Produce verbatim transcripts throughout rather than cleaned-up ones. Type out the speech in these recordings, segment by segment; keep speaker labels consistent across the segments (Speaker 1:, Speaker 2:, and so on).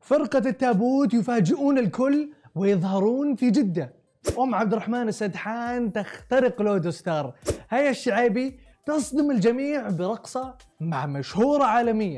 Speaker 1: فرقة التابوت يفاجئون الكل ويظهرون في جدة. أم عبد الرحمن السدحان تخترق لودو ستار. هيا الشعيبي تصدم الجميع برقصة مع مشهورة عالمية.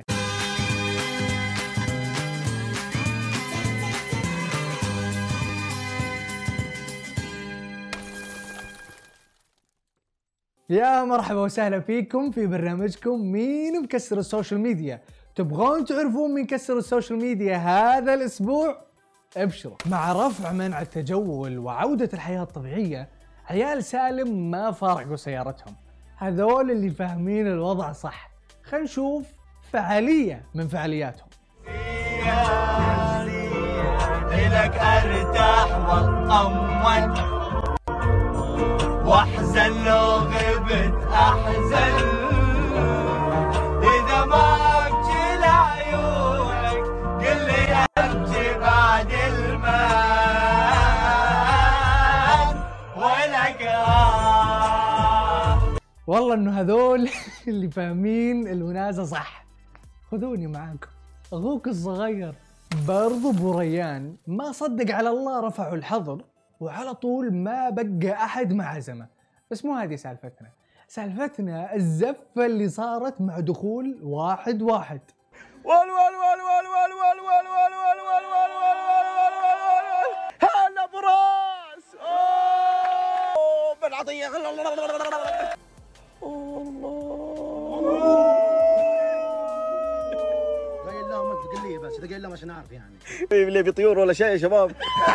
Speaker 1: يا مرحبا وسهلا فيكم في برنامجكم مين مكسر السوشيال ميديا. تبغون تعرفون مين كسر السوشيال ميديا هذا الأسبوع؟ ابشروا. مع رفع منع التجول وعودة الحياة الطبيعية، عيال سالم ما فارقوا سيارتهم. هذول اللي فاهمين الوضع صح. خلينا نشوف فعالية من فعالياتهم.
Speaker 2: لك ارتاح واطمن واحزن لو غبت احزن اذا ما اكل عيونك قل لي ابكي بعد الماء ولك آه.
Speaker 1: والله انه هذول اللي فاهمين الوناسة صح. خذوني معاكم. اخوك الصغير برضو بريان ما صدق على الله، رفعوا الحظر وعلى طول ما بقى أحد مع عزمه. بس مو هذه سالفتنا. سالفتنا الزفة اللي صارت مع دخول واحد واحد.
Speaker 2: وال وال وال وال وال وال وال وال وال وال وال وال وال وال وال هلا براس اوه بالعطية
Speaker 3: قايل لهم انت قل لي بس اذا قايل لهم عشان اعرف يعني
Speaker 2: ليه في طيور ولا شيء يا شباب.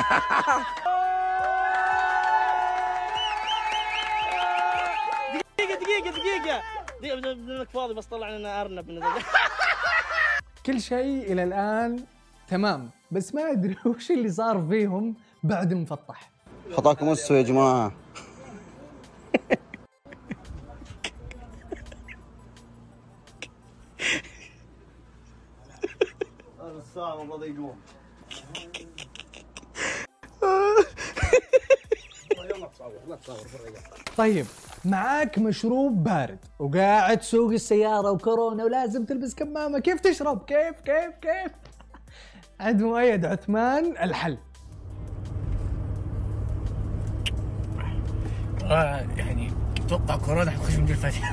Speaker 2: دقيقة دقيقة دقيقة بدك فاضي بس طلع لنا أرنب من
Speaker 1: كل شيء إلى الآن تمام، بس ما أدري وش اللي صار فيهم بعد المفطح.
Speaker 3: خطاكم وسوا يا جماعة.
Speaker 2: هذا الساعة ما بضي يقوم. يلا تصور لا تصور بالرجال.
Speaker 1: طيب معاك مشروب بارد وقاعد تسوق السيارة وكورونا ولازم تلبس كمامة، كيف تشرب؟ كيف كيف كيف؟ عند مؤيد عثمان الحل.
Speaker 4: آه يعني اتوقع كورونا حتخش من الفتح.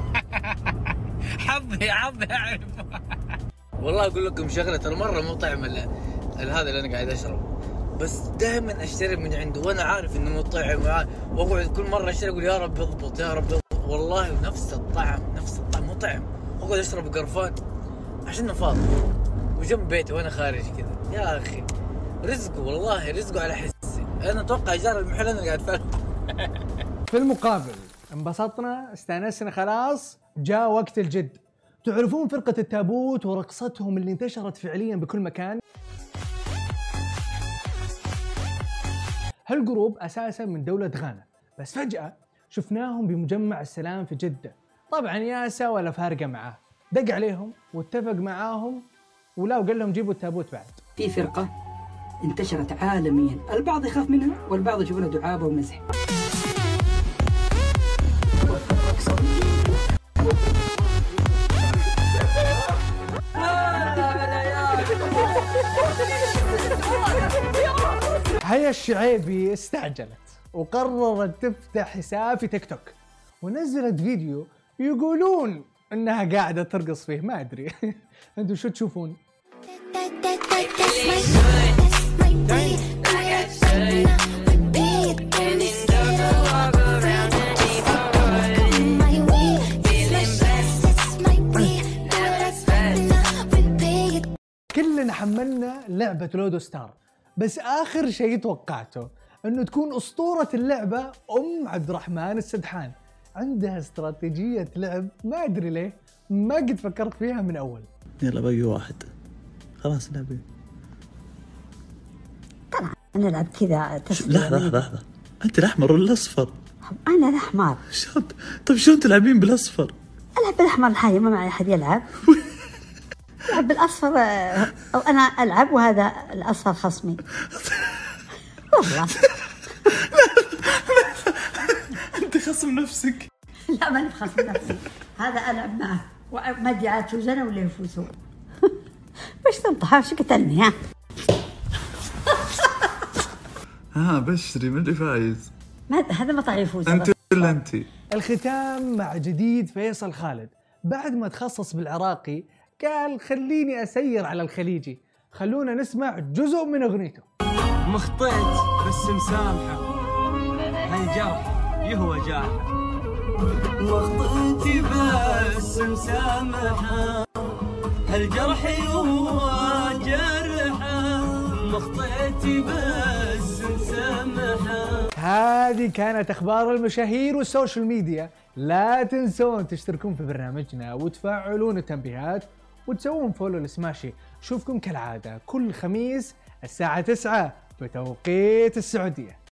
Speaker 4: حظي حظي اعرف. والله اقول لكم شغله، ترى مره مو طعم هذا اللي انا قاعد اشربه، بس دائما اشتري من عنده وانا عارف انه مو طعم، واقعد كل مره اشتري اقول يا رب يضبط يا رب يضبط. والله نفس الطعم نفس الطعم مو طعم. اقعد اشرب قرفان عشان فاضي وجنب بيتي وانا خارج كذا. يا اخي رزقه، والله رزقه على حسي. انا اتوقع جار المحل انا قاعد فاهم.
Speaker 1: في المقابل انبسطنا استانسنا خلاص، جاء وقت الجد. تعرفون فرقة التابوت ورقصتهم اللي انتشرت فعليا بكل مكان؟ هالجروب اساسا من دولة غانا، بس فجأة شفناهم بمجمع السلام في جدة. طبعا ياسا ولا فارقة معاه، دق عليهم واتفق معاهم ولا وقال لهم جيبوا التابوت بعد.
Speaker 5: في فرقة انتشرت عالميا، البعض يخاف منها والبعض يشوفونها دعابة ومزح.
Speaker 1: هيا الشعيبي استعجلت وقررت تفتح حساب في تيك توك ونزلت فيديو يقولون انها قاعدة ترقص فيه. ما ادري انتوا شو تشوفون؟ كلنا حملنا لعبة لودو ستار، بس آخر شيء توقعته أنه تكون أسطورة اللعبة أم عبد الرحمن السدحان. عندها استراتيجية لعب ما أدري ليه ما قد فكرت فيها من أول.
Speaker 6: يلا باقي واحد خلاص نلعب.
Speaker 7: طبعا نلعب كذا تسلية.
Speaker 6: لحظة لحظة لحظة، أنت الأحمر ولا الأصفر؟
Speaker 7: أنا الأحمر.
Speaker 6: شلون؟ طيب شلون تلعبين بالأصفر؟
Speaker 7: ألعب بالأحمر لحالي، ما معي أحد يلعب. ألعب بالأصفر أو أنا ألعب وهذا الأصفر خصمي. والله
Speaker 6: أنت خصم نفسك.
Speaker 7: لا ماني بخصم نفسي، هذا ألعب معه وما أدري عاد فوز أنا ولا يفوزون. وش وش تنطح؟ وش قتلني ها؟
Speaker 6: ها بشري من اللي فايز؟
Speaker 7: ما هذا ما طلع يفوز.
Speaker 6: انت ولا انت؟
Speaker 1: الختام مع جديد فيصل خالد. بعد ما تخصص بالعراقي قال خليني أسير على الخليجي. خلونا نسمع جزء من أغنيته.
Speaker 8: مخطيت بس مسامحة، هالجرح يهوى جاحة. مخطيتي بس مسامحة، هالجرح يهوى جرحة. مخطيتي بس مسامحة.
Speaker 1: هذه كانت أخبار المشاهير والسوشيال ميديا. لا تنسون تشتركون في برنامجنا وتفعلون التنبيهات وتسوون فولو لسماشي. شوفكم كالعادة كل خميس الساعة تسعة بتوقيت السعودية.